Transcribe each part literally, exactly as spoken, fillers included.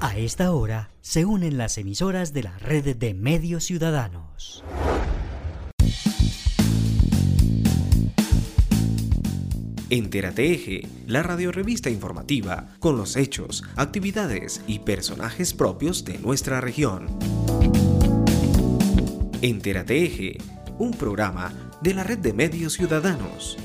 A esta hora se unen las emisoras de la red de medios ciudadanos. Entérate Eje, la radiorrevista informativa con los hechos, actividades y personajes propios de nuestra región. Entérate Eje, un programa de la red de medios ciudadanos.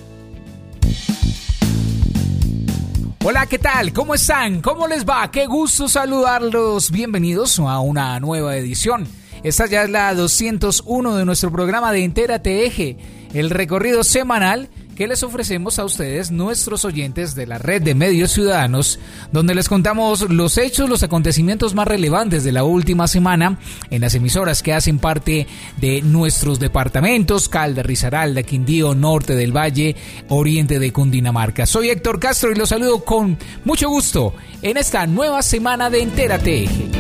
Hola, ¿qué tal? ¿Cómo están? ¿Cómo les va? Qué gusto saludarlos. Bienvenidos a una nueva edición. Esta ya es la doscientos uno de nuestro programa de Entérate Eje, el recorrido semanal que les ofrecemos a ustedes, nuestros oyentes de la red de medios ciudadanos, donde les contamos los hechos, los acontecimientos más relevantes de la última semana en las emisoras que hacen parte de nuestros departamentos: Caldas, Risaralda, Quindío, Norte del Valle, Oriente de Cundinamarca. Soy Héctor Castro y los saludo con mucho gusto en esta nueva semana de Entérate Eje.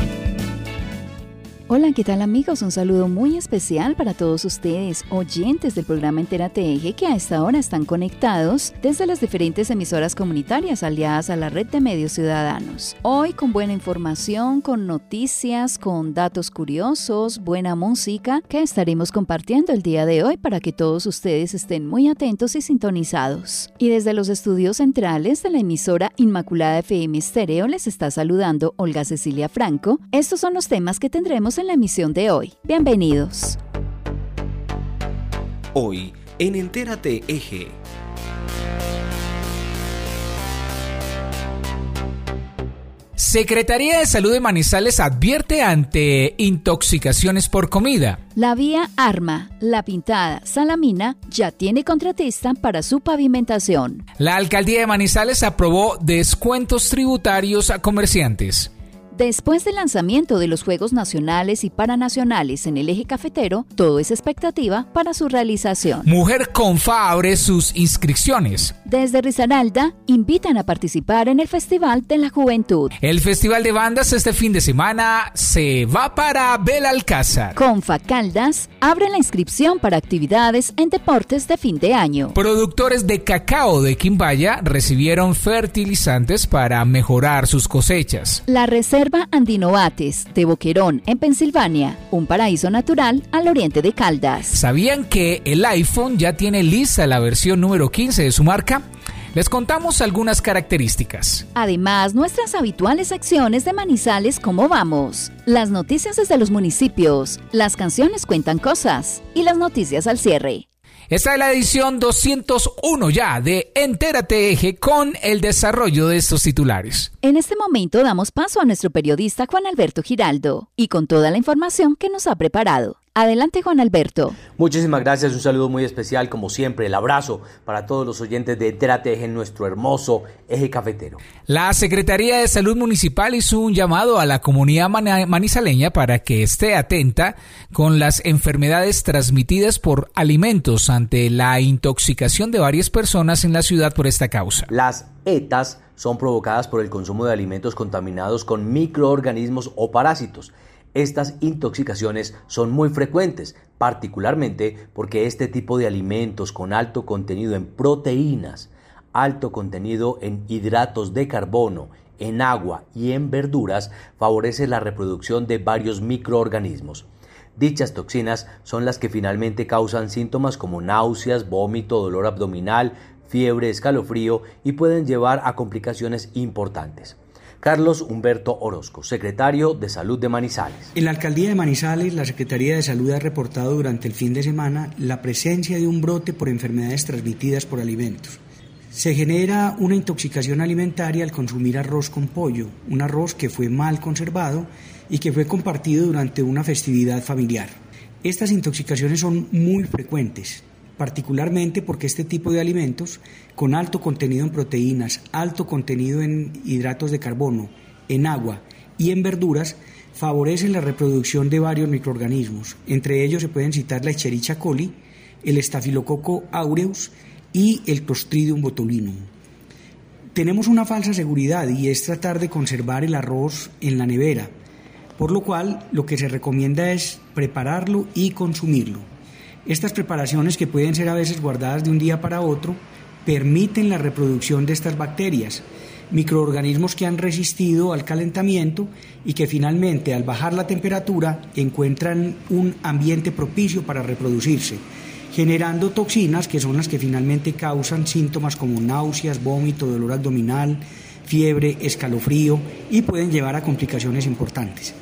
Hola, ¿qué tal amigos? Un saludo muy especial para todos ustedes, oyentes del programa Entérate Eje, que a esta hora están conectados desde las diferentes emisoras comunitarias aliadas a la red de medios ciudadanos. Hoy con buena información, con noticias, con datos curiosos, buena música que estaremos compartiendo el día de hoy para que todos ustedes estén muy atentos y sintonizados. Y desde los estudios centrales de la emisora Inmaculada F M Estéreo les está saludando Olga Cecilia Franco. Estos son los temas que tendremos en la emisión de hoy. Bienvenidos. Hoy en Entérate Eje. Secretaría de Salud de Manizales advierte ante intoxicaciones por comida. La vía Arma, La Pintada, Salamina ya tiene contratista para su pavimentación. La Alcaldía de Manizales aprobó descuentos tributarios a comerciantes. Después del lanzamiento de los Juegos Nacionales y Paranacionales en el eje cafetero, todo es expectativa para su realización. Mujer Confa abre sus inscripciones. Desde Risaralda, invitan a participar en el Festival de la Juventud. El Festival de Bandas este fin de semana se va para Belalcázar. Confa Caldas abre la inscripción para actividades en deportes de fin de año. Productores de cacao de Quimbaya recibieron fertilizantes para mejorar sus cosechas. La Reserva Andinobates de Boquerón, en Pensilvania, un paraíso natural al oriente de Caldas. ¿Sabían que el iPhone ya tiene lista la versión número quince de su marca? Les contamos algunas características. Además, nuestras habituales secciones de Manizales ¿Cómo vamos? Las noticias desde los municipios, las canciones cuentan cosas y las noticias al cierre. Esta es la edición doscientos uno ya de Entérate Eje con el desarrollo de estos titulares. En este momento damos paso a nuestro periodista Juan Alberto Giraldo y con toda la información que nos ha preparado. Adelante, Juan Alberto. Muchísimas gracias, un saludo muy especial, como siempre, el abrazo para todos los oyentes de Entérate Eje en nuestro hermoso eje cafetero. La Secretaría de Salud Municipal hizo un llamado a la comunidad manizaleña para que esté atenta con las enfermedades transmitidas por alimentos ante la intoxicación de varias personas en la ciudad por esta causa. Las ETAs son provocadas por el consumo de alimentos contaminados con microorganismos o parásitos. Estas intoxicaciones son muy frecuentes, particularmente porque este tipo de alimentos con alto contenido en proteínas, alto contenido en hidratos de carbono, en agua y en verduras favorece la reproducción de varios microorganismos. Dichas toxinas son las que finalmente causan síntomas como náuseas, vómito, dolor abdominal, fiebre, escalofrío y pueden llevar a complicaciones importantes. Carlos Humberto Orozco, secretario de Salud de Manizales. En la Alcaldía de Manizales, la Secretaría de Salud ha reportado durante el fin de semana la presencia de un brote por enfermedades transmitidas por alimentos. Se genera una intoxicación alimentaria al consumir arroz con pollo, un arroz que fue mal conservado y que fue compartido durante una festividad familiar. Estas intoxicaciones son muy frecuentes, particularmente porque este tipo de alimentos con alto contenido en proteínas, alto contenido en hidratos de carbono, en agua y en verduras favorecen la reproducción de varios microorganismos. Entre ellos se pueden citar la Escherichia coli, el Staphylococcus aureus y el Clostridium botulinum. Tenemos una falsa seguridad y es tratar de conservar el arroz en la nevera, por lo cual lo que se recomienda es prepararlo y consumirlo. Estas preparaciones, que pueden ser a veces guardadas de un día para otro, permiten la reproducción de estas bacterias. microorganismos que han resistido al calentamiento y que finalmente al bajar la temperatura encuentran un ambiente propicio para reproducirse, generando toxinas que son las que finalmente causan síntomas como náuseas, vómito, dolor abdominal, fiebre, escalofrío y pueden llevar a complicaciones importantes.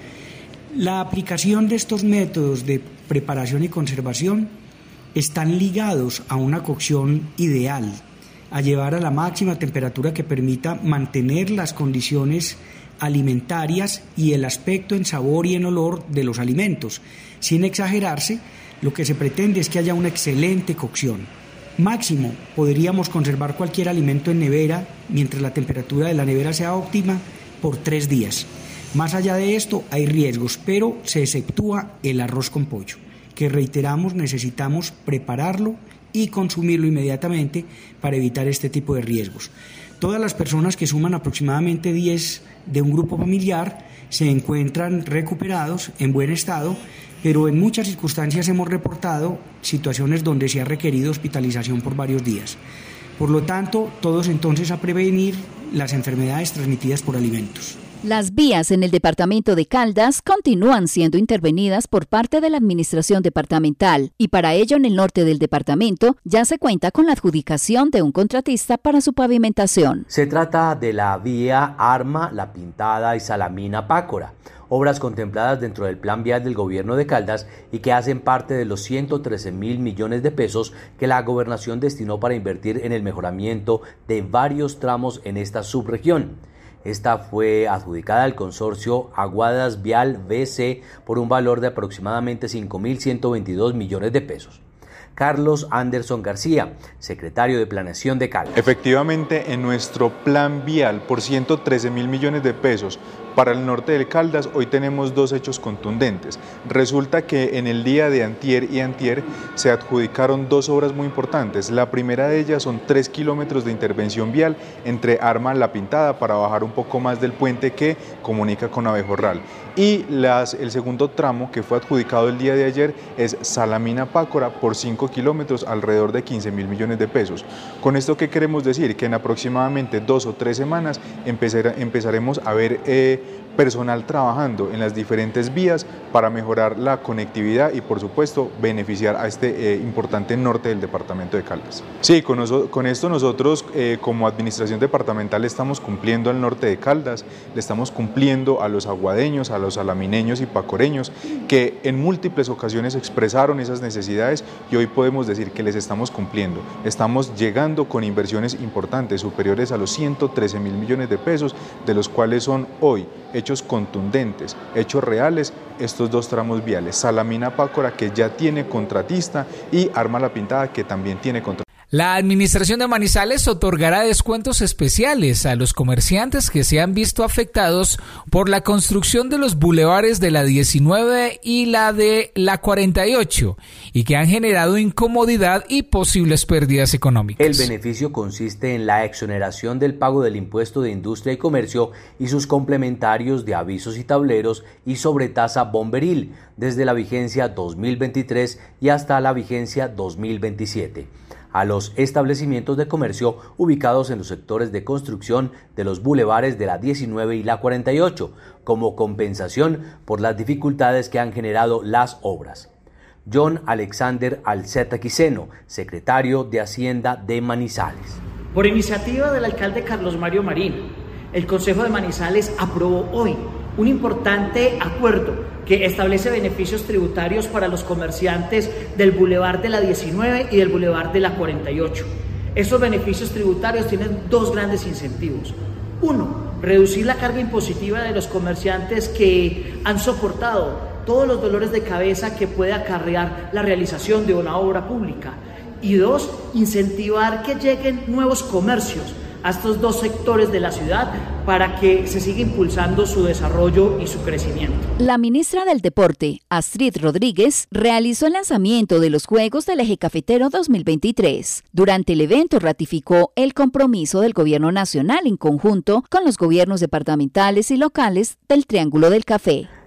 La aplicación de estos métodos de preparación y conservación están ligados a una cocción ideal, a llevar a la máxima temperatura que permita mantener las condiciones alimentarias y el aspecto en sabor y en olor de los alimentos. Sin exagerarse, lo que se pretende es que haya una excelente cocción. Máximo, podríamos conservar cualquier alimento en nevera mientras la temperatura de la nevera sea óptima por tres días. Más allá de esto hay riesgos, pero se exceptúa el arroz con pollo, que reiteramos necesitamos prepararlo y consumirlo inmediatamente para evitar este tipo de riesgos. Todas las personas que suman aproximadamente diez de un grupo familiar se encuentran recuperados en buen estado, pero en muchas circunstancias hemos reportado situaciones donde se ha requerido hospitalización por varios días. Por lo tanto, todos entonces a prevenir las enfermedades transmitidas por alimentos. Las vías en el departamento de Caldas continúan siendo intervenidas por parte de la administración departamental y para ello en el norte del departamento ya se cuenta con la adjudicación de un contratista para su pavimentación. Se trata de la vía Arma, La Pintada y Salamina Pácora, obras contempladas dentro del plan vial del gobierno de Caldas y que hacen parte de los ciento trece mil millones de pesos que la gobernación destinó para invertir en el mejoramiento de varios tramos en esta subregión. Esta fue adjudicada al consorcio Aguadas Vial B C por un valor de aproximadamente cinco mil ciento veintidós millones de pesos. Carlos Anderson García, secretario de Planeación de Caldas. Efectivamente, en nuestro plan vial por ciento trece mil millones de pesos para el norte de Caldas, hoy tenemos dos hechos contundentes. Resulta que en el día de antier y antier se adjudicaron dos obras muy importantes. La primera de ellas son tres kilómetros de intervención vial entre Arma, La Pintada, para bajar un poco más del puente que comunica con Abejorral. Y las, el segundo tramo que fue adjudicado el día de ayer es Salamina Pácora por cinco kilómetros, alrededor de quince mil millones de pesos. Con esto, ¿qué queremos decir? Que en aproximadamente dos o tres semanas empezar, empezaremos a ver eh, personal trabajando en las diferentes vías para mejorar la conectividad y, por supuesto, beneficiar a este eh, importante norte del departamento de Caldas. Sí, con, noso, con esto nosotros eh, como administración departamental estamos cumpliendo al norte de Caldas, le estamos cumpliendo a los aguadeños, a los salamineños y pacoreños que en múltiples ocasiones expresaron esas necesidades y hoy podemos decir que les estamos cumpliendo. Estamos llegando con inversiones importantes superiores a los ciento trece mil millones de pesos, de los cuales son hoy hechos contundentes, hechos reales, estos dos tramos viales, Salamina Pácora, que ya tiene contratista, y Arma La Pintada, que también tiene contratista. La administración de Manizales otorgará descuentos especiales a los comerciantes que se han visto afectados por la construcción de los bulevares de la diecinueve y la de la cuarenta y ocho y que han generado incomodidad y posibles pérdidas económicas. El beneficio consiste en la exoneración del pago del impuesto de industria y comercio y sus complementarios de avisos y tableros y sobretasa bomberil desde la vigencia dos mil veintitrés y hasta la vigencia dos mil veintisiete. A los establecimientos de comercio ubicados en los sectores de construcción de los bulevares de la diecinueve y la cuarenta y ocho, como compensación por las dificultades que han generado las obras. John Alexander Alceta Quiseno, secretario de Hacienda de Manizales. Por iniciativa del alcalde Carlos Mario Marín, el Consejo de Manizales aprobó hoy un importante acuerdo que establece beneficios tributarios para los comerciantes del Boulevard de la diecinueve y del Boulevard de la cuarenta y ocho. Estos beneficios tributarios tienen dos grandes incentivos. Uno, reducir la carga impositiva de los comerciantes que han soportado todos los dolores de cabeza que puede acarrear la realización de una obra pública. Y dos, incentivar que lleguen nuevos comercios a estos dos sectores de la ciudad para que se siga impulsando su desarrollo y su crecimiento. La ministra del Deporte, Astrid Rodríguez, realizó el lanzamiento de los Juegos del Eje Cafetero dos mil veintitrés. Durante el evento ratificó el compromiso del Gobierno Nacional en conjunto con los gobiernos departamentales y locales del Triángulo del Café.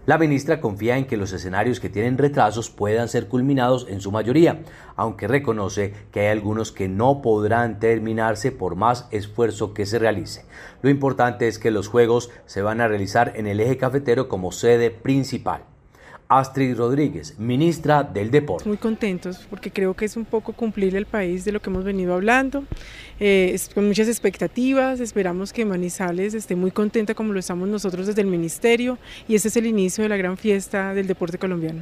La ministra confía en que los escenarios que tienen retrasos puedan ser culminados en su mayoría, aunque reconoce que hay algunos que no podrán terminarse por más esfuerzo que se realice. Lo importante es que los Juegos se van a realizar en el eje cafetero como sede principal. Astrid Rodríguez, ministra del Deporte. Muy contentos porque creo que es un poco cumplir el país de lo que hemos venido hablando, eh, es, con muchas expectativas, esperamos que Manizales esté muy contenta como lo estamos nosotros desde el ministerio y este es el inicio de la gran fiesta del deporte colombiano.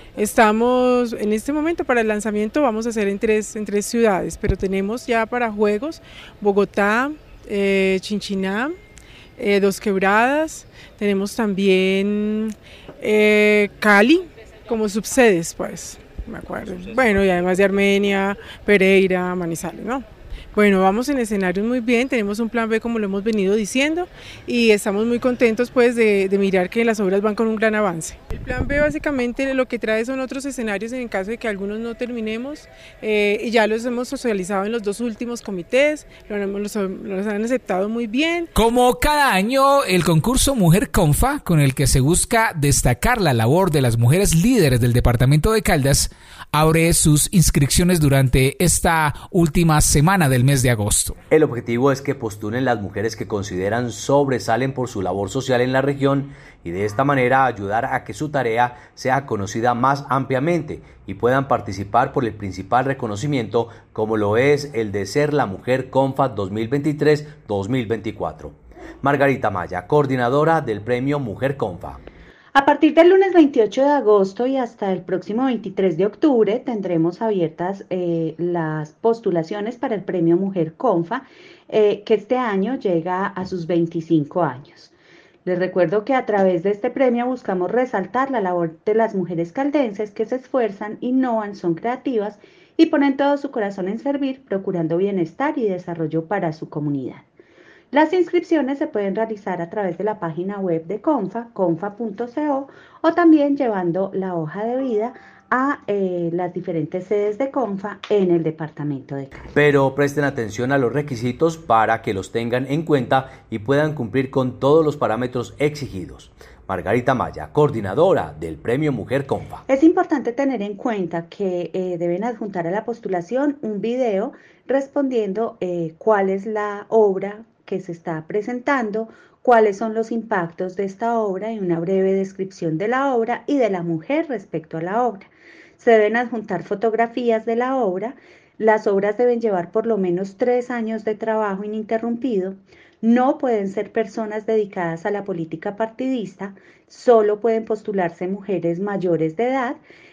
Estamos en este momento para el lanzamiento, vamos a hacer en tres, en tres ciudades, pero tenemos ya para Juegos Bogotá, eh, Chinchiná, eh, Dos Quebradas, tenemos también eh, Cali como subsedes, pues, me acuerdo. Bueno, y además de Armenia, Pereira, Manizales, ¿no? Bueno, vamos en escenarios muy bien, tenemos un plan B como lo hemos venido diciendo y estamos muy contentos pues de, de mirar que las obras van con un gran avance. El plan B básicamente lo que trae son otros escenarios en el caso de que algunos no terminemos eh, y ya los hemos socializado en los dos últimos comités, los, los, los han aceptado muy bien. Como cada año el concurso Mujer Confa, con el que se busca destacar la labor de las mujeres líderes del departamento de Caldas, abre sus inscripciones durante esta última semana del mes de agosto. El objetivo es que postulen las mujeres que consideran sobresalen por su labor social en la región y de esta manera ayudar a que su tarea sea conocida más ampliamente y puedan participar por el principal reconocimiento como lo es el de ser la Mujer Confa dos mil veintitrés dos mil veinticuatro. Margarita Maya, coordinadora del premio Mujer Confa. A partir del lunes veintiocho de agosto y hasta el próximo veintitrés de octubre tendremos abiertas eh, las postulaciones para el premio Mujer Confa, eh, que este año llega a sus veinticinco años. Les recuerdo que a través de este premio buscamos resaltar la labor de las mujeres caldenses que se esfuerzan, innovan, son creativas y ponen todo su corazón en servir, procurando bienestar y desarrollo para su comunidad. Las inscripciones se pueden realizar a través de la página web de Confa, confa punto co, o también llevando la hoja de vida a eh, las diferentes sedes de Confa en el departamento de Cali. Pero presten atención a los requisitos para que los tengan en cuenta y puedan cumplir con todos los parámetros exigidos. Margarita Maya, coordinadora del Premio Mujer Confa. Es importante tener en cuenta que eh, deben adjuntar a la postulación un video respondiendo eh, cuál es la obra que se está presentando, cuáles son los impactos de esta obra y una breve descripción de la obra y de la mujer respecto a la obra. Se deben adjuntar fotografías de la obra. Las obras deben llevar por lo menos tres años de trabajo ininterrumpido. No pueden ser personas dedicadas a la política partidista, solo pueden postularse mujeres mayores de edad.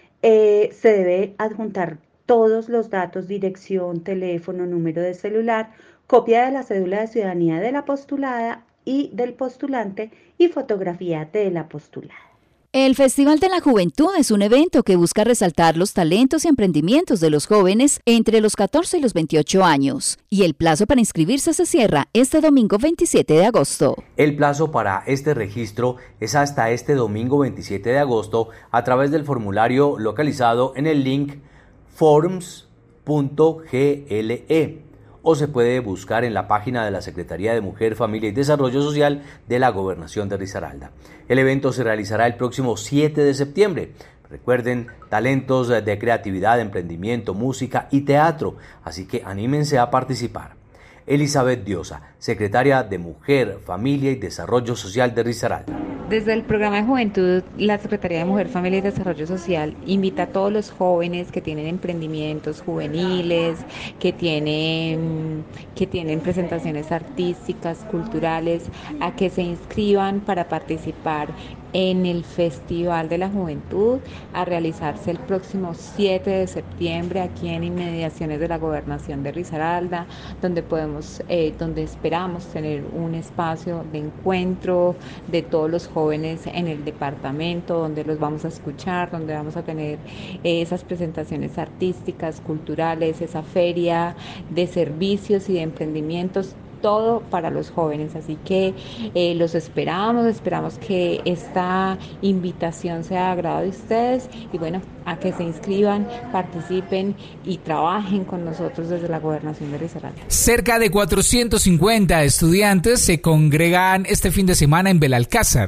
Eh, se debe adjuntar todos los datos, dirección, teléfono, número de celular, copia de la cédula de ciudadanía de la postulada y del postulante y fotografía de la postulada. El Festival de la Juventud es un evento que busca resaltar los talentos y emprendimientos de los jóvenes entre los catorce y los veintiocho años, y el plazo para inscribirse se cierra este domingo veintisiete de agosto. El plazo para este registro es hasta este domingo veintisiete de agosto a través del formulario localizado en el link forms punto gle o se puede buscar en la página de la Secretaría de Mujer, Familia y Desarrollo Social de la Gobernación de Risaralda. El evento se realizará el próximo siete de septiembre. Recuerden, talentos de creatividad, emprendimiento, música y teatro, así que anímense a participar. Elizabeth Diosa, secretaria de Mujer, Familia y Desarrollo Social de Risaralda. Desde el programa de Juventud, la Secretaría de Mujer, Familia y Desarrollo Social invita a todos los jóvenes que tienen emprendimientos juveniles, que tienen, que tienen presentaciones artísticas, culturales, a que se inscriban para participar en el Festival de la Juventud, a realizarse el próximo siete de septiembre aquí en inmediaciones de la Gobernación de Risaralda, donde podemos, eh, donde esperamos tener un espacio de encuentro de todos los jóvenes en el departamento, donde los vamos a escuchar, donde vamos a tener eh, esas presentaciones artísticas, culturales, esa feria de servicios y de emprendimientos, todo para los jóvenes, así que eh, los esperamos, esperamos que esta invitación sea de agrado de ustedes y bueno, a que se inscriban, participen y trabajen con nosotros desde la Gobernación de Risaralda. Cerca de cuatrocientos cincuenta estudiantes se congregan este fin de semana en Belalcázar,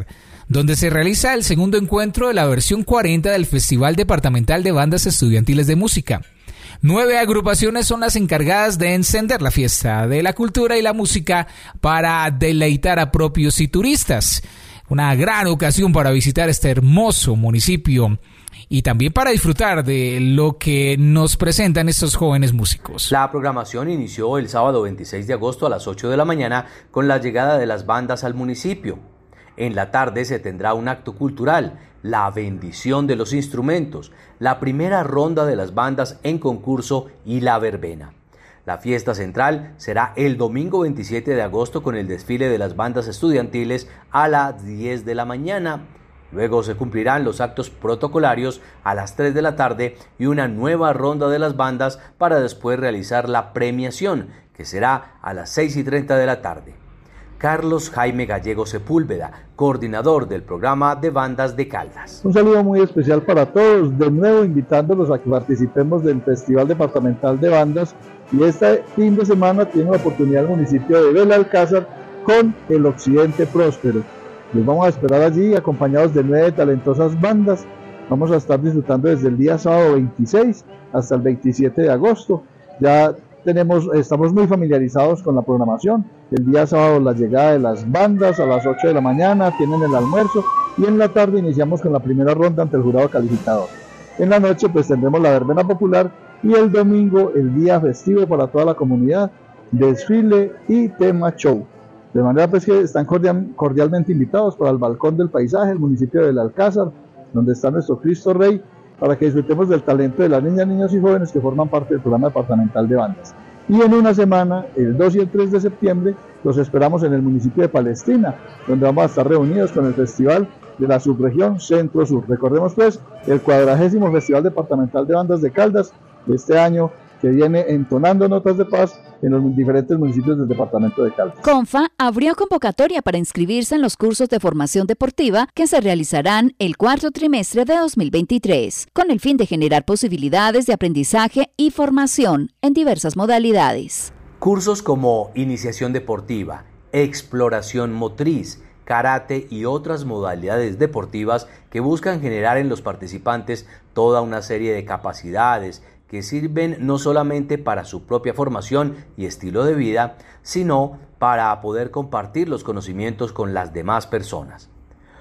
donde se realiza el segundo encuentro de la versión cuarenta del Festival Departamental de Bandas Estudiantiles de Música. Nueve agrupaciones son las encargadas de encender la fiesta de la cultura y la música para deleitar a propios y turistas. Una gran ocasión para visitar este hermoso municipio y también para disfrutar de lo que nos presentan estos jóvenes músicos. La programación inició el sábado veintiséis de agosto a las ocho de la mañana con la llegada de las bandas al municipio. En la tarde se tendrá un acto cultural, la bendición de los instrumentos, la primera ronda de las bandas en concurso y la verbena. La fiesta central será el domingo veintisiete de agosto con el desfile de las bandas estudiantiles a las diez de la mañana. Luego se cumplirán los actos protocolarios a las tres de la tarde y una nueva ronda de las bandas para después realizar la premiación, que será a las seis y treinta de la tarde. Carlos Jaime Gallego Sepúlveda, coordinador del programa de bandas de Caldas. Un saludo muy especial para todos, de nuevo invitándolos a que participemos del Festival Departamental de Bandas, y este fin de semana tiene la oportunidad el municipio de Belalcázar con el Occidente Próspero. Les vamos a esperar allí acompañados de nueve talentosas bandas. Vamos a estar disfrutando desde el día sábado veintiséis hasta el veintisiete de agosto. Ya tenemos, estamos muy familiarizados con la programación. El día sábado la llegada de las bandas a las ocho de la mañana, tienen el almuerzo y en la tarde iniciamos con la primera ronda ante el jurado calificador. En la noche pues tendremos la verbena popular y el domingo el día festivo para toda la comunidad, desfile y tema show. De manera pues que están cordial, cordialmente invitados para el Balcón del Paisaje, el municipio de Belalcázar, donde está nuestro Cristo Rey, para que disfrutemos del talento de las niñas, niños y jóvenes que forman parte del programa departamental de bandas. Y en una semana, el dos y el tres de septiembre, los esperamos en el municipio de Palestina, donde vamos a estar reunidos con el Festival de la Subregión Centro-Sur. Recordemos pues el cuadragésimo Festival Departamental de Bandas de Caldas de este año, que viene entonando notas de paz en los diferentes municipios del departamento de Caldas. CONFA abrió convocatoria para inscribirse en los cursos de formación deportiva que se realizarán el cuarto trimestre de dos mil veintitrés, con el fin de generar posibilidades de aprendizaje y formación en diversas modalidades. Cursos como iniciación deportiva, exploración motriz, karate y otras modalidades deportivas que buscan generar en los participantes toda una serie de capacidades que sirven no solamente para su propia formación y estilo de vida, sino para poder compartir los conocimientos con las demás personas.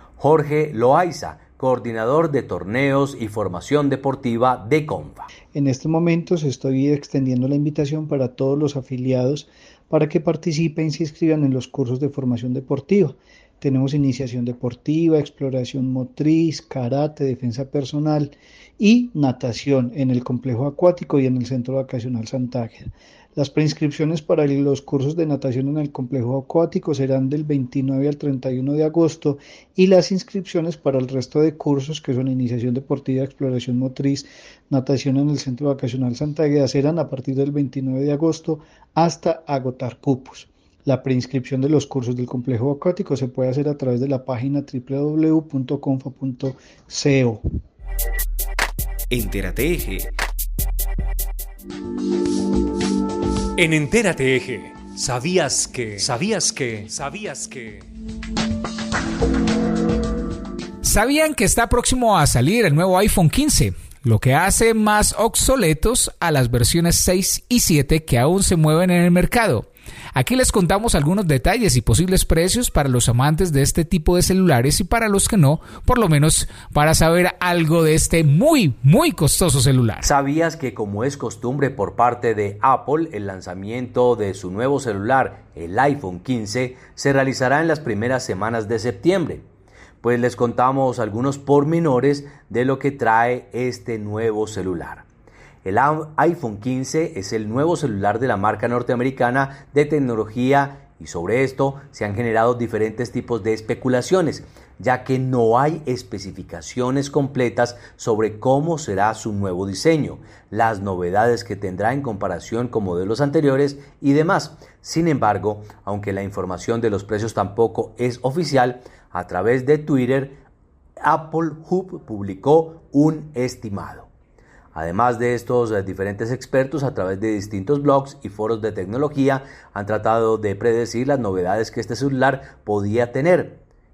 Jorge Loaiza, coordinador de torneos y formación deportiva de CONFA. En este momento se estoy extendiendo la invitación para todos los afiliados para que participen y se inscriban en los cursos de formación deportiva. Tenemos iniciación deportiva, exploración motriz, karate, defensa personal y natación en el complejo acuático y en el centro vacacional Santa Águeda. Las preinscripciones para los cursos de natación en el complejo acuático serán del veintinueve al treinta y uno de agosto y las inscripciones para el resto de cursos, que son iniciación deportiva, exploración motriz, natación en el centro vacacional Santa Águeda, serán a partir del veintinueve de agosto hasta agotar cupos. La preinscripción de los cursos del complejo acuático se puede hacer a través de la página doble u doble u doble u punto confa punto co. Entérate Eje. En Entérate Eje, ¿sabías que? ¿Sabías que? ¿Sabías que? ¿Sabían que está próximo a salir el nuevo iPhone quince? Lo que hace más obsoletos a las versiones seis y siete que aún se mueven en el mercado. Aquí les contamos algunos detalles y posibles precios para los amantes de este tipo de celulares y para los que no, por lo menos para saber algo de este muy, muy costoso celular. ¿Sabías que, como es costumbre por parte de Apple, el lanzamiento de su nuevo celular, el iPhone quince, se realizará en las primeras semanas de septiembre? Pues les contamos algunos pormenores de lo que trae este nuevo celular. El iPhone quince es el nuevo celular de la marca norteamericana de tecnología y sobre esto se han generado diferentes tipos de especulaciones, ya que no hay especificaciones completas sobre cómo será su nuevo diseño, las novedades que tendrá en comparación con modelos anteriores y demás. Sin embargo, aunque la información de los precios tampoco es oficial, a través de Twitter, Apple Hub publicó un estimado. Además de estos diferentes expertos, a través de distintos blogs y foros de tecnología, han tratado de predecir las novedades que este celular podía tener.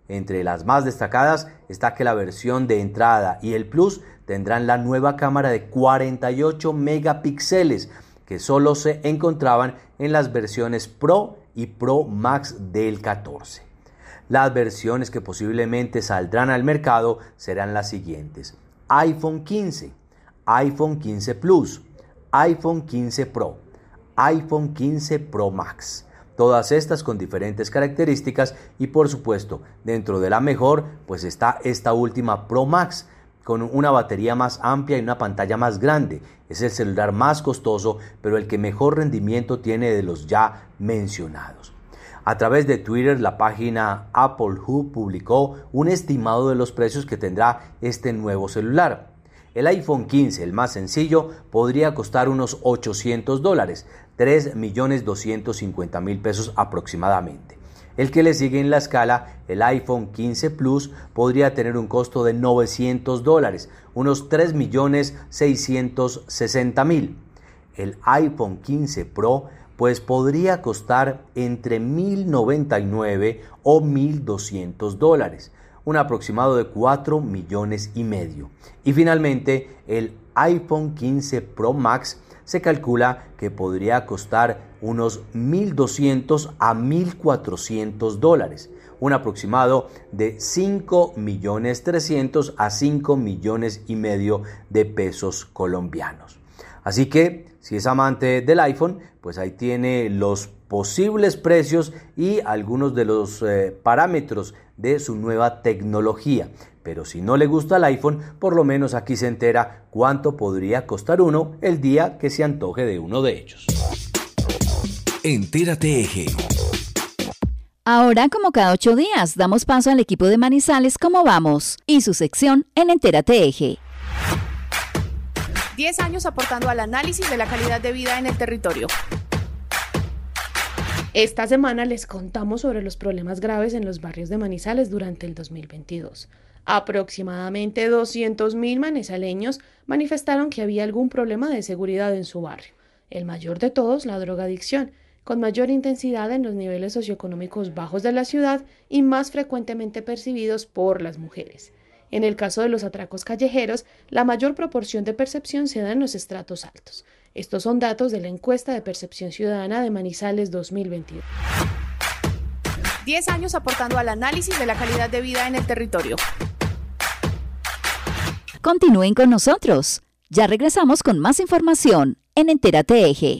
Entre las más destacadas está que la versión de entrada y el Plus tendrán la nueva cámara de cuarenta y ocho megapíxeles que solo se encontraban en las versiones Pro y Pro Max del catorce. Las versiones que posiblemente saldrán al mercado serán las siguientes: iPhone quince, iPhone quince Plus, iPhone quince Pro, iPhone quince Pro Max. Todas estas con diferentes características y por supuesto dentro de la mejor pues está esta última Pro Max con una batería más amplia y una pantalla más grande. Es el celular más costoso pero el que mejor rendimiento tiene de los ya mencionados. A través de Twitter, la página Apple Hub publicó un estimado de los precios que tendrá este nuevo celular. El iPhone quince, el más sencillo, podría costar unos ochocientos dólares, tres millones doscientos cincuenta mil pesos aproximadamente. El que le sigue en la escala, el iPhone quince Plus, podría tener un costo de novecientos dólares, unos tres millones seiscientos sesenta mil. El iPhone quince Pro pues podría costar entre mil noventa y nueve o mil doscientos dólares, un aproximado de cuatro millones y medio. Y finalmente, el iPhone quince Pro Max se calcula que podría costar unos mil doscientos a mil cuatrocientos dólares, un aproximado de cinco millones trescientos a cinco millones y medio de pesos colombianos. Así que, si es amante del iPhone, pues ahí tiene los posibles precios y algunos de los eh, parámetros de su nueva tecnología. Pero si no le gusta el iPhone, por lo menos aquí se entera cuánto podría costar uno el día que se antoje de uno de ellos. Entérate Eje. Ahora, como cada ocho días, damos paso al equipo de Manizales ¿Cómo vamos? Y su sección en Entérate Eje. diez años aportando al análisis de la calidad de vida en el territorio. Esta semana les contamos sobre los problemas graves en los barrios de Manizales durante el dos mil veintidós. Aproximadamente doscientos mil manizaleños manifestaron que había algún problema de seguridad en su barrio. El mayor de todos, la drogadicción, con mayor intensidad en los niveles socioeconómicos bajos de la ciudad y más frecuentemente percibidos por las mujeres. En el caso de los atracos callejeros, la mayor proporción de percepción se da en los estratos altos. Estos son datos de la encuesta de percepción ciudadana de Manizales dos mil veintidós. diez años aportando al análisis de la calidad de vida en el territorio. Continúen con nosotros. Ya regresamos con más información en Entérate Eje.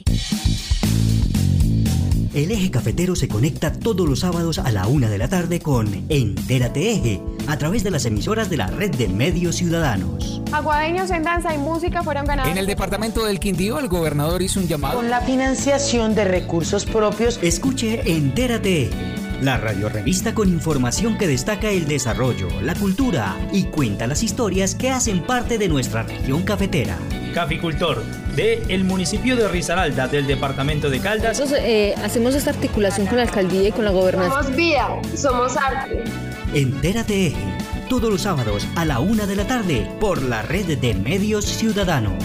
El Eje Cafetero se conecta todos los sábados a la una de la tarde con Entérate Eje, a través de las emisoras de la Red de Medios Ciudadanos. Aguadeños en danza y música fueron ganados. En el departamento del Quindío, el gobernador hizo un llamado. Con la financiación de recursos propios. Escuche Entérate Eje, la radiorrevista con información que destaca el desarrollo, la cultura y cuenta las historias que hacen parte de nuestra región cafetera. Caficultor, de el municipio de Risaralda, del departamento de Caldas. Nosotros eh, hacemos esta articulación con la alcaldía y con la gobernación. Somos vida, somos arte. Entérate Eje, todos los sábados a la una de la tarde por la Red de Medios Ciudadanos.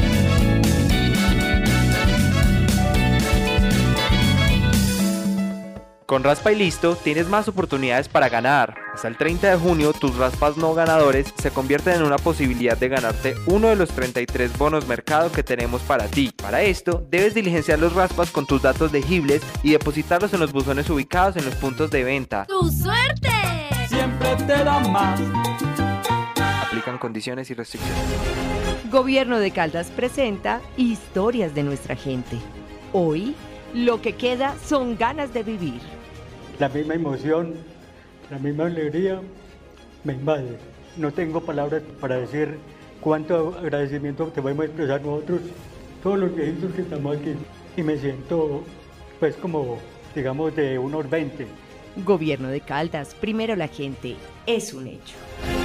Con Raspa y Listo tienes más oportunidades para ganar. Hasta el treinta de junio tus raspas no ganadores se convierten en una posibilidad de ganarte uno de los treinta y tres bonos mercado que tenemos para ti. Para esto debes diligenciar los raspas con tus datos legibles y depositarlos en los buzones ubicados en los puntos de venta. ¡Tu suerte! Siempre te da más. Aplican condiciones y restricciones. Gobierno de Caldas presenta Historias de nuestra gente. Hoy, lo que queda son ganas de vivir. La misma emoción, la misma alegría me invade. No tengo palabras para decir cuánto agradecimiento te vamos a expresar nosotros, todos los viejitos que estamos aquí. Y me siento, pues, como, digamos, de unos veinte. Gobierno de Caldas, primero la gente, es un hecho.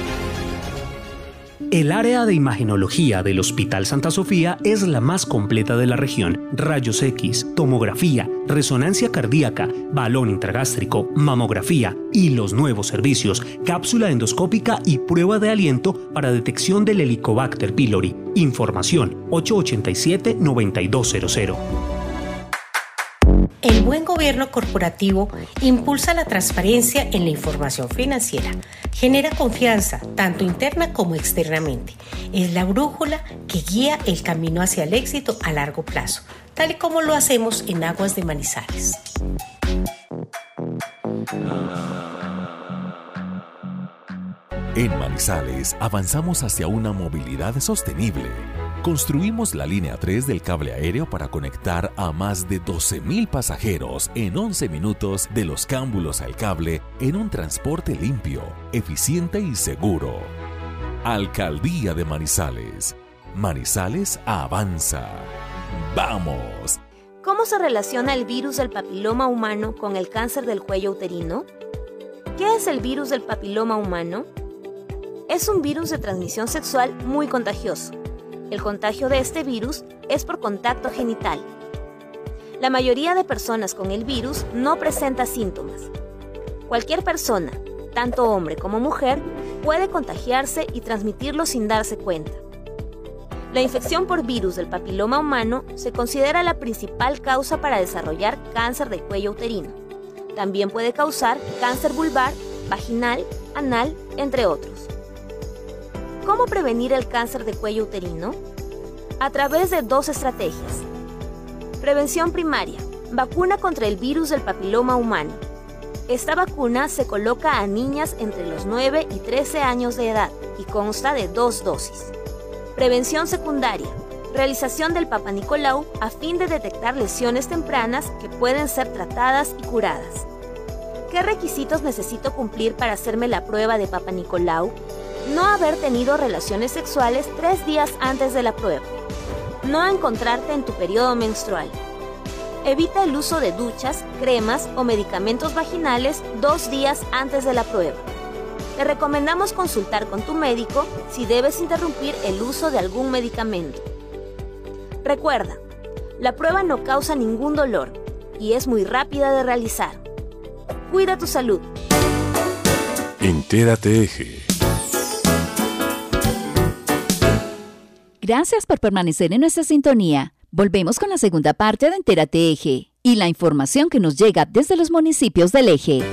El área de imagenología del Hospital Santa Sofía es la más completa de la región. Rayos X, tomografía, resonancia cardíaca, balón intragástrico, mamografía y los nuevos servicios, cápsula endoscópica y prueba de aliento para detección del Helicobacter pylori. Información ocho ocho siete, nueve dos cero cero. El buen gobierno corporativo impulsa la transparencia en la información financiera, genera confianza tanto interna como externamente. Es la brújula que guía el camino hacia el éxito a largo plazo, tal y como lo hacemos en Aguas de Manizales. En Manizales avanzamos hacia una movilidad sostenible. Construimos la línea tres del cable aéreo para conectar a más de doce mil pasajeros en once minutos de Los Cámbulos al cable en un transporte limpio, eficiente y seguro. Alcaldía de Manizales. Manizales avanza. ¡Vamos! ¿Cómo se relaciona el virus del papiloma humano con el cáncer del cuello uterino? ¿Qué es el virus del papiloma humano? Es un virus de transmisión sexual muy contagioso. El contagio de este virus es por contacto genital. La mayoría de personas con el virus no presenta síntomas. Cualquier persona, tanto hombre como mujer, puede contagiarse y transmitirlo sin darse cuenta. La infección por virus del papiloma humano se considera la principal causa para desarrollar cáncer del cuello uterino. También puede causar cáncer vulvar, vaginal, anal, entre otros. ¿Cómo prevenir el cáncer de cuello uterino? A través de dos estrategias. Prevención primaria. Vacuna contra el virus del papiloma humano. Esta vacuna se coloca a niñas entre los nueve y trece años de edad y consta de dos dosis. Prevención secundaria. Realización del Papa Nicolau a fin de detectar lesiones tempranas que pueden ser tratadas y curadas. ¿Qué requisitos necesito cumplir para hacerme la prueba de Papa Nicolau? No haber tenido relaciones sexuales tres días antes de la prueba. No encontrarte en tu periodo menstrual. Evita el uso de duchas, cremas o medicamentos vaginales dos días antes de la prueba. Te recomendamos consultar con tu médico si debes interrumpir el uso de algún medicamento. Recuerda, la prueba no causa ningún dolor y es muy rápida de realizar. Cuida tu salud. Entérate Eje. Gracias por permanecer en nuestra sintonía. Volvemos con la segunda parte de Entérate Eje y la información que nos llega desde los municipios del Eje.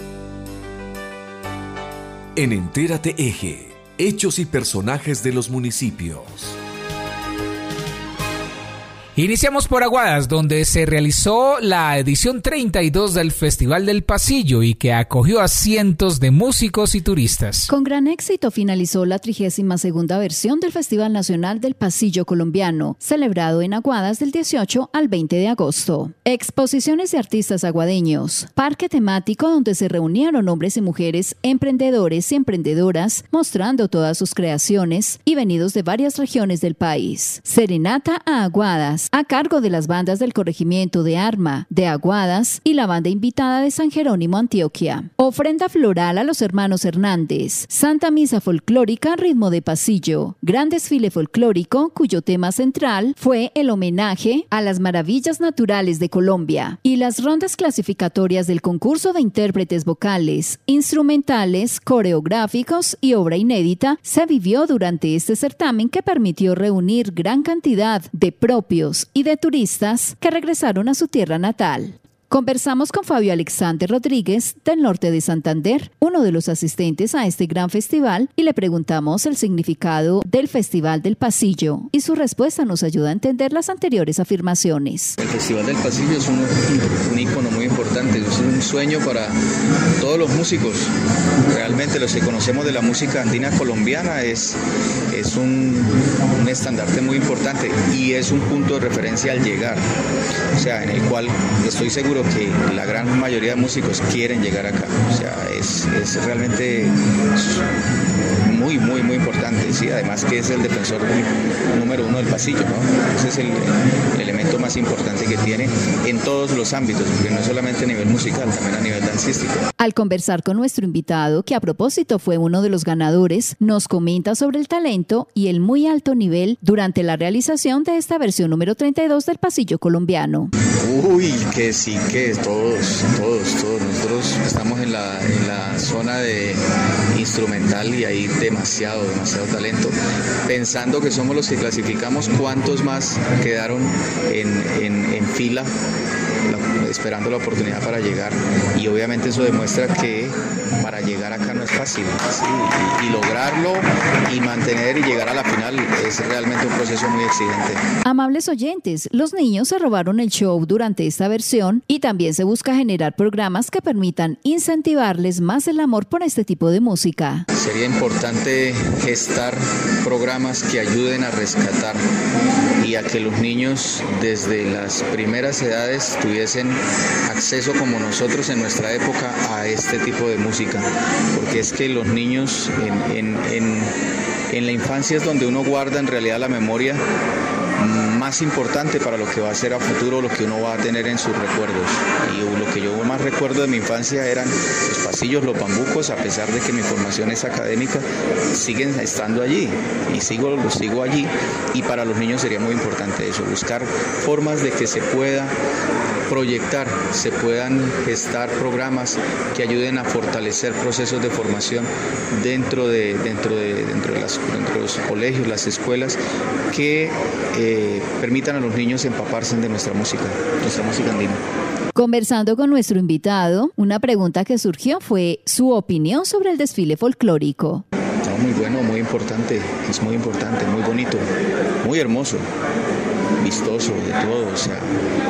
En Entérate Eje, hechos y personajes de los municipios. Iniciamos por Aguadas, donde se realizó la edición treinta y dos del Festival del Pasillo y que acogió a cientos de músicos y turistas. Con gran éxito finalizó la trigésima segunda versión del Festival Nacional del Pasillo Colombiano, celebrado en Aguadas del dieciocho al veinte de agosto. Exposiciones de artistas aguadeños, parque temático donde se reunieron hombres y mujeres, emprendedores y emprendedoras, mostrando todas sus creaciones y venidos de varias regiones del país. Serenata a Aguadas, a cargo de las bandas del corregimiento de Arma, de Aguadas y la banda invitada de San Jerónimo, Antioquia. Ofrenda floral a los hermanos Hernández, Santa Misa folclórica, ritmo de pasillo, gran desfile folclórico cuyo tema central fue el homenaje a las maravillas naturales de Colombia y las rondas clasificatorias del concurso de intérpretes vocales, instrumentales, coreográficos y obra inédita se vivió durante este certamen que permitió reunir gran cantidad de propios y de turistas que regresaron a su tierra natal. Conversamos con Fabio Alexander Rodríguez del norte de Santander, uno de los asistentes a este gran festival, y le preguntamos el significado del Festival del Pasillo y su respuesta nos ayuda a entender las anteriores afirmaciones. El Festival del Pasillo es un, un ícono muy importante, es un sueño para todos los músicos. Realmente los que conocemos de la música andina colombiana es, es un, un estandarte muy importante y es un punto de referencia al llegar, o sea, en el cual estoy seguro que la gran mayoría de músicos quieren llegar acá, o sea, es, es realmente muy, muy, muy importante, sí, además que es el defensor número uno del pasillo, ¿no? Ese es el, el elemento más importante que tiene en todos los ámbitos, porque no solamente a nivel musical, también a nivel dancístico. Al conversar con nuestro invitado, que a propósito fue uno de los ganadores, nos comenta sobre el talento y el muy alto nivel durante la realización de esta versión número treinta y dos del Pasillo Colombiano. Uy, que sí, que todos, todos, todos. Nosotros estamos en la, en la zona de instrumental y hay demasiado, demasiado talento. Pensando que somos los que clasificamos, ¿cuántos más quedaron en, en, en fila? Esperando la oportunidad para llegar, y obviamente eso demuestra que para llegar acá no es fácil, ¿sí? y, y lograrlo y mantener y llegar a la final es realmente un proceso muy exigente. Amables oyentes, los niños se robaron el show durante esta versión y también se busca generar programas que permitan incentivarles más el amor por este tipo de música. Sería importante gestar programas que ayuden a rescatar y a que los niños desde las primeras edades tuviesen acceso como nosotros en nuestra época a este tipo de música, porque es que los niños en, en, en, en la infancia es donde uno guarda en realidad la memoria más importante para lo que va a ser a futuro, lo que uno va a tener en sus recuerdos. Y lo que yo más recuerdo de mi infancia eran los pasillos, los bambucos, a pesar de que mi formación es académica, siguen estando allí y sigo, los sigo allí, y para los niños sería muy importante eso, buscar formas de que se pueda proyectar, se puedan gestar programas que ayuden a fortalecer procesos de formación dentro de, dentro de, dentro de, las, dentro de los colegios, las escuelas, que eh, permitan a los niños empaparse de nuestra música, nuestra música andina. Conversando con nuestro invitado, una pregunta que surgió fue su opinión sobre el desfile folclórico. No, muy bueno, muy importante, es muy importante, muy bonito, muy hermoso, vistoso, de todo, o sea,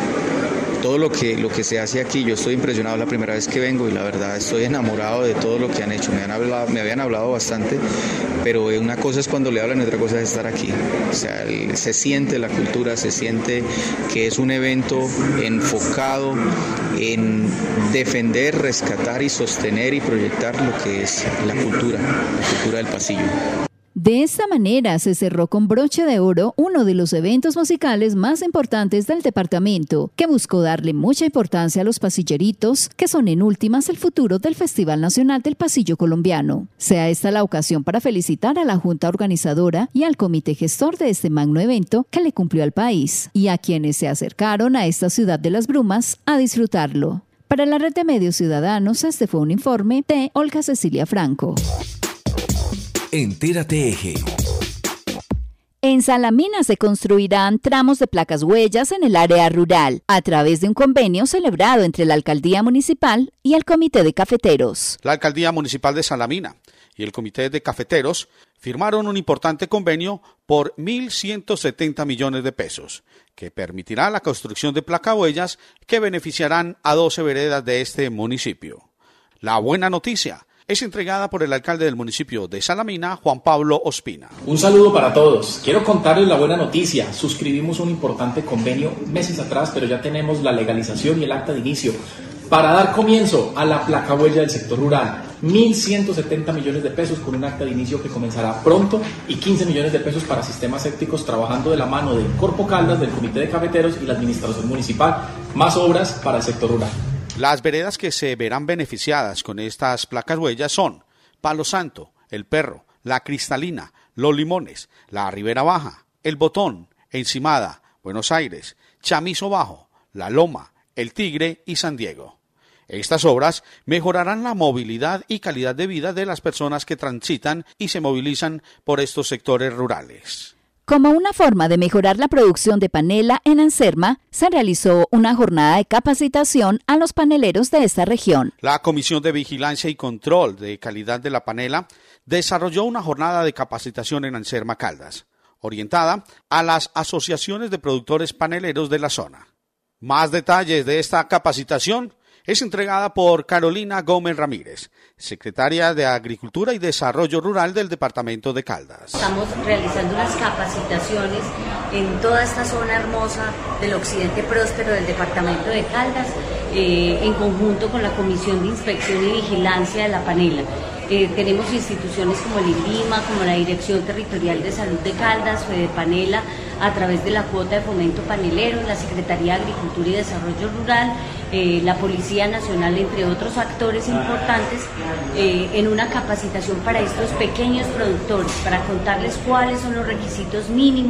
todo lo que, lo que se hace aquí. Yo estoy impresionado, la primera vez que vengo, y la verdad estoy enamorado de todo lo que han hecho. Me, han hablado, me habían hablado bastante, pero una cosa es cuando le hablan y otra cosa es estar aquí. O sea, el, se siente la cultura, se siente que es un evento enfocado en defender, rescatar y sostener y proyectar lo que es la cultura, la cultura del pasillo. De esta manera se cerró con broche de oro uno de los eventos musicales más importantes del departamento, que buscó darle mucha importancia a los pasilleritos, que son en últimas el futuro del Festival Nacional del Pasillo Colombiano. Sea esta la ocasión para felicitar a la Junta Organizadora y al Comité Gestor de este magno evento que le cumplió al país, y a quienes se acercaron a esta ciudad de las brumas a disfrutarlo. Para la Red de Medios Ciudadanos, este fue un informe de Olga Cecilia Franco. Entérate Eje. En Salamina se construirán tramos de placas huellas en el área rural, a través de un convenio celebrado entre la Alcaldía Municipal y el Comité de Cafeteros. La Alcaldía Municipal de Salamina y el Comité de Cafeteros firmaron un importante convenio por mil ciento setenta millones de pesos, que permitirá la construcción de placahuellas que beneficiarán a doce veredas de este municipio. La buena noticia es entregada por el alcalde del municipio de Salamina, Juan Pablo Ospina. Un saludo para todos. Quiero contarles la buena noticia. Suscribimos un importante convenio meses atrás, pero ya tenemos la legalización y el acta de inicio para dar comienzo a la placahuella del sector rural. mil ciento setenta millones de pesos con un acta de inicio que comenzará pronto, y quince millones de pesos para sistemas sépticos, trabajando de la mano del Corpo Caldas, del Comité de Cafeteros y la Administración Municipal. Más obras para el sector rural. Las veredas que se verán beneficiadas con estas placas huellas son Palo Santo, El Perro, La Cristalina, Los Limones, La Ribera Baja, El Botón, Encimada, Buenos Aires, Chamizo Bajo, La Loma, El Tigre y San Diego. Estas obras mejorarán la movilidad y calidad de vida de las personas que transitan y se movilizan por estos sectores rurales. Como una forma de mejorar la producción de panela en Anserma, se realizó una jornada de capacitación a los paneleros de esta región. La Comisión de Vigilancia y Control de Calidad de la Panela desarrolló una jornada de capacitación en Anserma Caldas, orientada a las asociaciones de productores paneleros de la zona. Más detalles de esta capacitación es entregada por Carolina Gómez Ramírez, secretaria de Agricultura y Desarrollo Rural del Departamento de Caldas. Estamos realizando unas capacitaciones en toda esta zona hermosa del occidente próspero del Departamento de Caldas, eh, en conjunto con la Comisión de Inspección y Vigilancia de la Panela. Eh, tenemos instituciones como el INVIMA, como la Dirección Territorial de Salud de Caldas, Fedepanela, a través de la cuota de fomento panelero, la Secretaría de Agricultura y Desarrollo Rural, eh, la Policía Nacional, entre otros actores importantes, eh, en una capacitación para estos pequeños productores, para contarles cuáles son los requisitos mínimos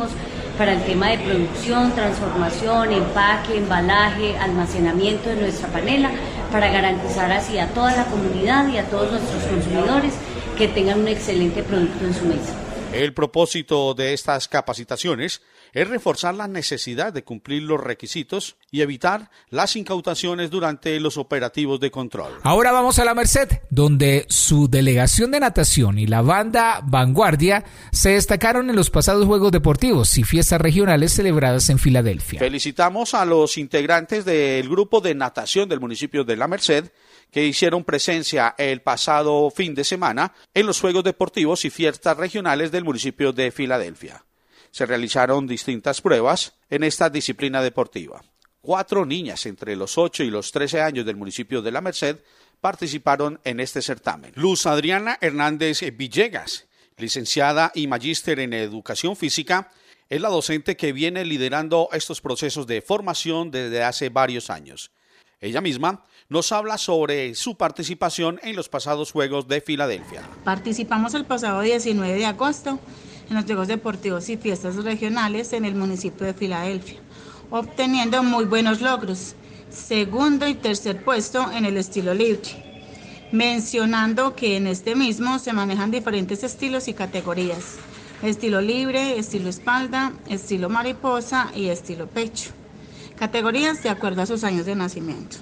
para el tema de producción, transformación, empaque, embalaje, almacenamiento de nuestra panela, para garantizar así a toda la comunidad y a todos nuestros consumidores que tengan un excelente producto en su mesa. El propósito de estas capacitaciones es reforzar la necesidad de cumplir los requisitos y evitar las incautaciones durante los operativos de control. Ahora vamos a La Merced, donde su delegación de natación y la banda Vanguardia se destacaron en los pasados Juegos Deportivos y fiestas regionales celebradas en Filadelfia. Felicitamos a los integrantes del grupo de natación del municipio de La Merced que hicieron presencia el pasado fin de semana en los Juegos Deportivos y fiestas regionales del municipio de Filadelfia. Se realizaron distintas pruebas en esta disciplina deportiva. Cuatro niñas entre los ocho y los trece años del municipio de La Merced participaron en este certamen. Luz Adriana Hernández Villegas, licenciada y magíster en Educación Física, es la docente que viene liderando estos procesos de formación desde hace varios años. Ella misma nos habla sobre su participación en los pasados Juegos de Filadelfia. Participamos el pasado diecinueve de agosto en los Juegos Deportivos y Fiestas Regionales en el municipio de Filadelfia, obteniendo muy buenos logros, segundo y tercer puesto en el estilo libre, mencionando que en este mismo se manejan diferentes estilos y categorías, estilo libre, estilo espalda, estilo mariposa y estilo pecho, categorías de acuerdo a sus años de nacimiento.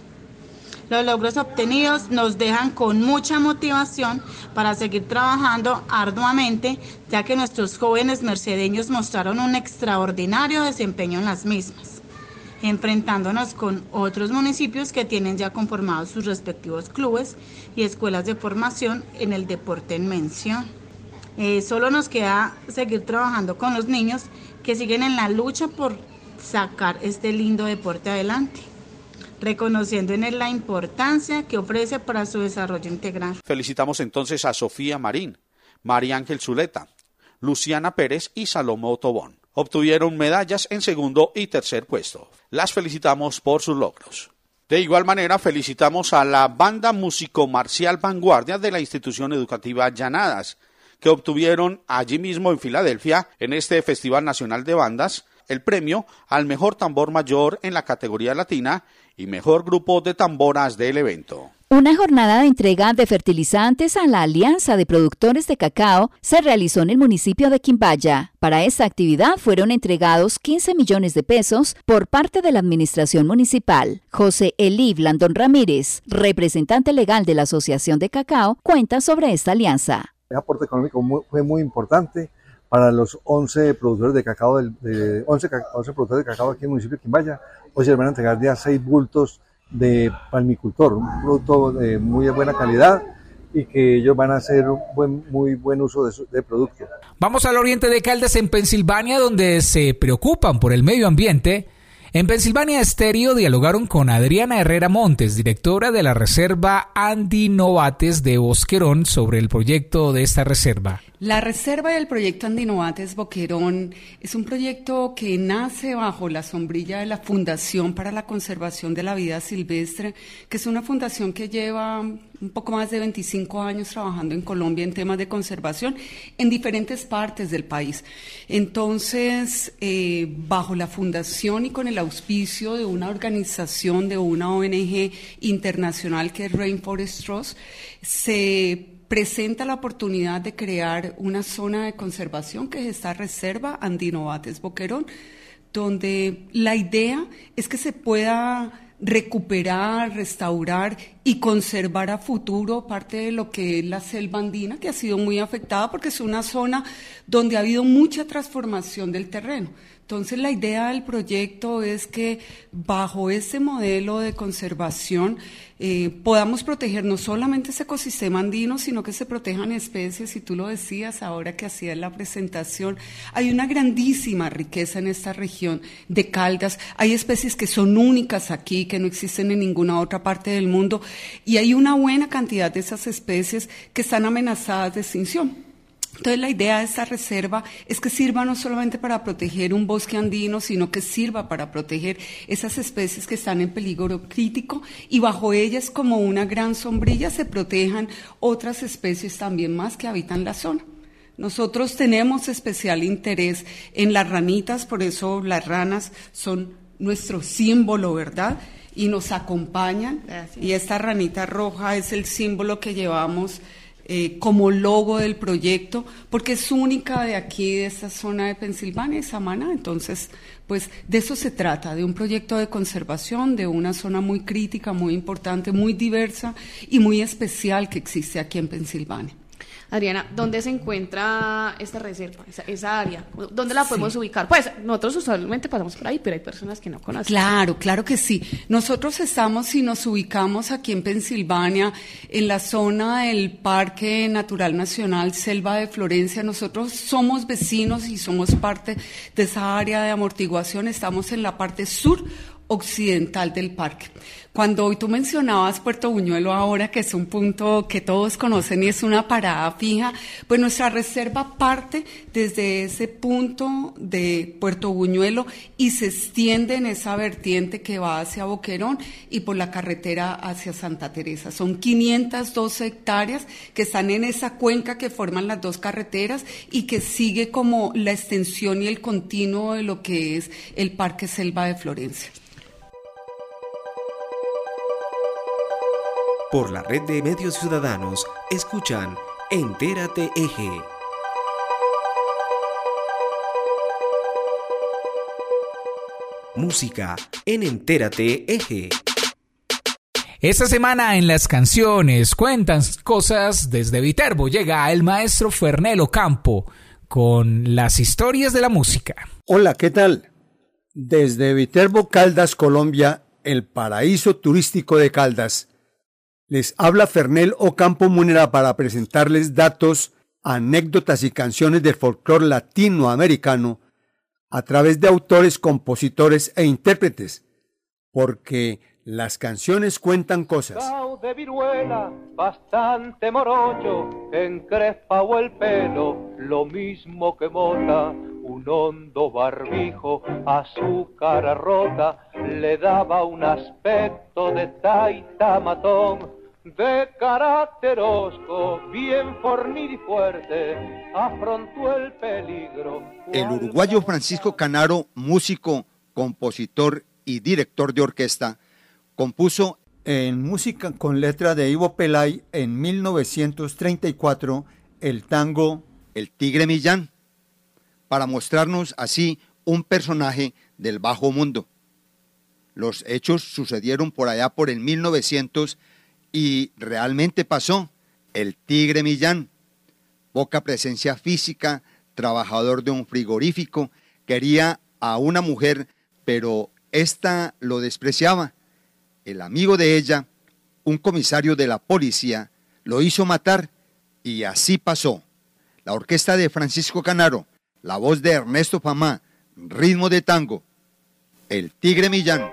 Los logros obtenidos nos dejan con mucha motivación para seguir trabajando arduamente, ya que nuestros jóvenes mercedeños mostraron un extraordinario desempeño en las mismas, enfrentándonos con otros municipios que tienen ya conformados sus respectivos clubes y escuelas de formación en el deporte en mención. Eh, solo nos queda seguir trabajando con los niños que siguen en la lucha por sacar este lindo deporte adelante, reconociendo en él la importancia que ofrece para su desarrollo integral. Felicitamos entonces a Sofía Marín, María Ángel Zuleta, Luciana Pérez y Salomón Tobón. Obtuvieron medallas en segundo y tercer puesto. Las felicitamos por sus logros. De igual manera, felicitamos a la banda músico-marcial Vanguardia de la institución educativa Llanadas, que obtuvieron allí mismo en Filadelfia, en este Festival Nacional de Bandas, el premio al mejor tambor mayor en la categoría latina y mejor grupo de tamboras del evento. Una jornada de entrega de fertilizantes a la Alianza de Productores de Cacao se realizó en el municipio de Quimbaya. Para esta actividad fueron entregados quince millones de pesos por parte de la administración municipal. José Elí Blandón Ramírez, representante legal de la Asociación de Cacao, cuenta sobre esta alianza. El aporte económico muy, fue muy importante para los once productores de cacao, del, de once, once productores de cacao aquí en el municipio de Quimbaya. Hoy se les van a entregar ya seis bultos de palmicultor, un producto de muy buena calidad y que ellos van a hacer un buen, muy buen uso de, su, de producto. Vamos al oriente de Caldas, en Pensilvania, donde se preocupan por el medio ambiente. En Pensilvania Estéreo dialogaron con Adriana Herrera Montes, directora de la Reserva Andinovates de Boquerón, sobre el proyecto de esta reserva. La reserva del proyecto Andinovates Boquerón es un proyecto que nace bajo la sombrilla de la Fundación para la Conservación de la Vida Silvestre, que es una fundación que lleva un poco más de veinticinco años trabajando en Colombia en temas de conservación en diferentes partes del país. Entonces, eh, bajo la fundación y con el auspicio de una organización, de una O N G internacional que es Rainforest Trust, se presenta la oportunidad de crear una zona de conservación que es esta reserva Andinovates Boquerón, donde la idea es que se pueda recuperar, restaurar y conservar a futuro parte de lo que es la selva andina, que ha sido muy afectada porque es una zona donde ha habido mucha transformación del terreno. Entonces, la idea del proyecto es que bajo ese modelo de conservación eh, podamos proteger no solamente ese ecosistema andino, sino que se protejan especies, y tú lo decías ahora que hacías la presentación, hay una grandísima riqueza en esta región de Caldas, hay especies que son únicas aquí, que no existen en ninguna otra parte del mundo, y hay una buena cantidad de esas especies que están amenazadas de extinción. Entonces, la idea de esta reserva es que sirva no solamente para proteger un bosque andino, sino que sirva para proteger esas especies que están en peligro crítico, y bajo ellas, como una gran sombrilla, se protejan otras especies también más que habitan la zona. Nosotros tenemos especial interés en las ranitas, por eso las ranas son nuestro símbolo, ¿verdad? Y nos acompañan. Gracias. Y esta ranita roja es el símbolo que llevamos eh, como logo del proyecto, porque es única de aquí, de esta zona de Pensilvania y Samaná. Entonces, pues de eso se trata, de un proyecto de conservación, de una zona muy crítica, muy importante, muy diversa y muy especial que existe aquí en Pensilvania. Adriana, ¿dónde se encuentra esta reserva, esa, esa área? ¿Dónde la podemos sí. ubicar? Pues nosotros usualmente pasamos por ahí, pero hay personas que no conocen. Claro, claro que sí. Nosotros estamos y nos ubicamos aquí en Pensilvania, en la zona del Parque Natural Nacional Selva de Florencia. Nosotros somos vecinos y somos parte de esa área de amortiguación. Estamos en la parte sur occidental del parque. Cuando hoy tú mencionabas Puerto Buñuelo ahora, que es un punto que todos conocen y es una parada fija, pues nuestra reserva parte desde ese punto de Puerto Buñuelo y se extiende en esa vertiente que va hacia Boquerón y por la carretera hacia Santa Teresa. Son quinientas doce hectáreas que están en esa cuenca que forman las dos carreteras y que sigue como la extensión y el continuo de lo que es el Parque Selva de Florencia. Por la red de medios ciudadanos, escuchan Entérate Eje. Música en Entérate Eje. Esta semana en las canciones cuentan cosas desde Viterbo. Llega el maestro Fernel Ocampo con las historias de la música. Hola, ¿qué tal? Desde Viterbo, Caldas, Colombia, el paraíso turístico de Caldas. Les habla Fernel Ocampo Munera para presentarles datos, anécdotas y canciones del folclore latinoamericano a través de autores, compositores e intérpretes, porque las canciones cuentan cosas. De viruela, bastante morocho, encrespado el pelo, lo mismo que mota, un hondo barbijo, a su cara rota, le daba un aspecto de taita matón. De carácter hosco, bien fornido y fuerte, afrontó el peligro. El uruguayo Francisco Canaro, músico, compositor y director de orquesta, compuso en música con letra de Ivo Pelay en mil novecientos treinta y cuatro el tango El Tigre Millán, para mostrarnos así un personaje del bajo mundo. Los hechos sucedieron por allá por el mil novecientos y realmente pasó. El Tigre Millán, poca presencia física, trabajador de un frigorífico, quería a una mujer, pero ésta lo despreciaba. El amigo de ella, un comisario de la policía, lo hizo matar y así pasó. La orquesta de Francisco Canaro, la voz de Ernesto Famá, ritmo de tango, El Tigre Millán.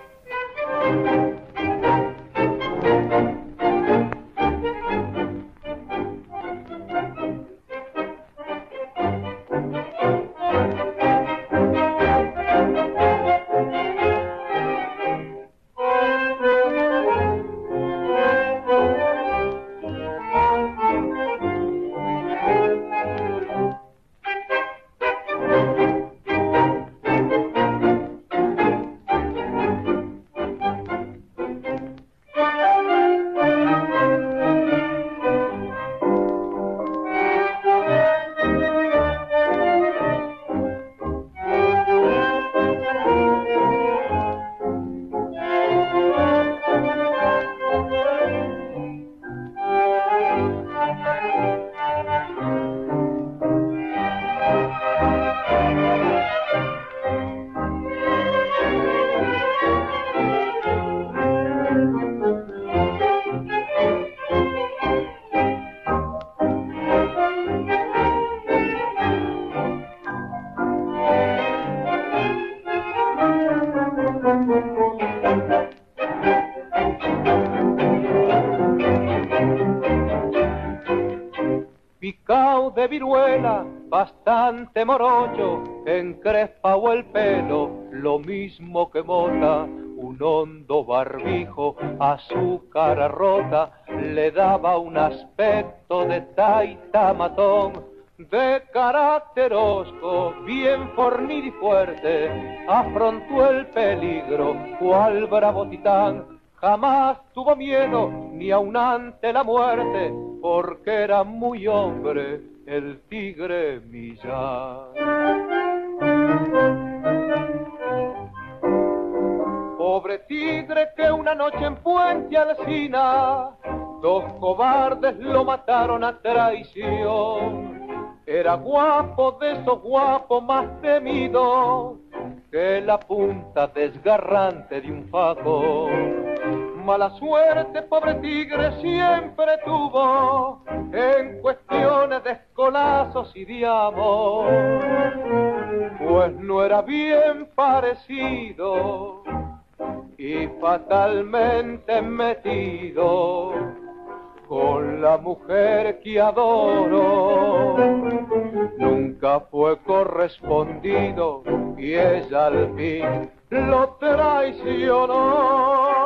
De viruela, bastante morocho, encrespado el pelo, lo mismo que mota, un hondo barbijo, a su cara rota, le daba un aspecto de taita matón. de carácter hosco, bien fornido y fuerte, afrontó el peligro, cual bravo titán, jamás tuvo miedo, ni aun ante la muerte, porque era muy hombre el tigre Millán. Pobre tigre que una noche en Puente Alsina, dos cobardes lo mataron a traición. Era guapo de esos guapos más temidos que la punta desgarrante de un faco. Mala suerte, pobre tigre, siempre tuvo en cuestiones de escolazos y de amor, pues no era bien parecido y fatalmente metido con la mujer que adoro. Nunca fue correspondido y ella al fin lo traicionó.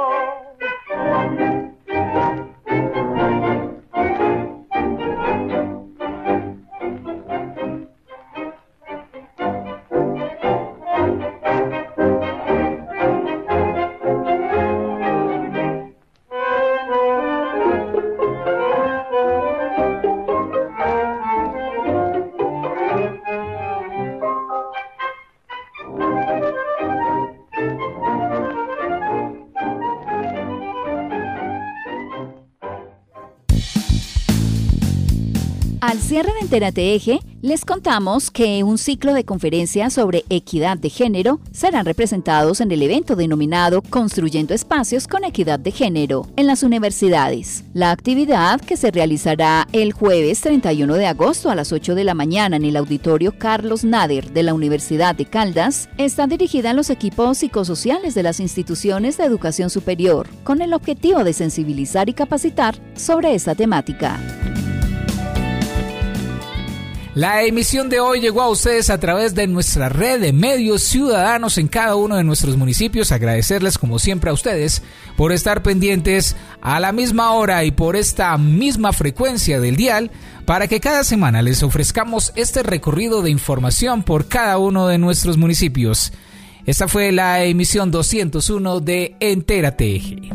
Al cierre de Entérate Eje, les contamos que un ciclo de conferencias sobre equidad de género serán representados en el evento denominado Construyendo Espacios con Equidad de Género en las universidades. La actividad, que se realizará el jueves treinta y uno de agosto a las ocho de la mañana en el auditorio Carlos Nader de la Universidad de Caldas, está dirigida a los equipos psicosociales de las instituciones de educación superior, con el objetivo de sensibilizar y capacitar sobre esta temática. La emisión de hoy llegó a ustedes a través de nuestra red de medios ciudadanos en cada uno de nuestros municipios. Agradecerles como siempre a ustedes por estar pendientes a la misma hora y por esta misma frecuencia del dial, para que cada semana les ofrezcamos este recorrido de información por cada uno de nuestros municipios. Esta fue la emisión doscientos uno de Entérate Eje.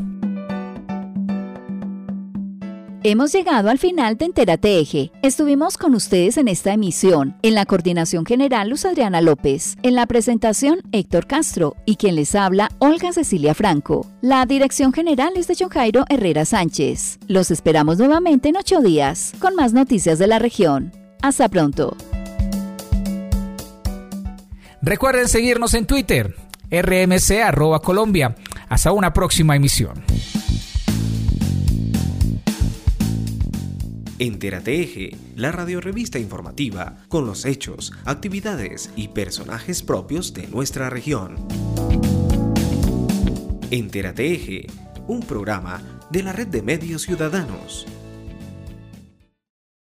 Hemos llegado al final de Entérate Eje. Estuvimos con ustedes en esta emisión. En la coordinación general, Luz Adriana López. En la presentación, Héctor Castro. Y quien les habla, Olga Cecilia Franco. La dirección general es de John Jairo Herrera Sánchez. Los esperamos nuevamente en ocho días, con más noticias de la región. Hasta pronto. Recuerden seguirnos en Twitter, R M C arroba Colombia. Hasta una próxima emisión. Entérate Eje, la radiorrevista informativa con los hechos, actividades y personajes propios de nuestra región. Entérate Eje, un programa de la Red de Medios Ciudadanos.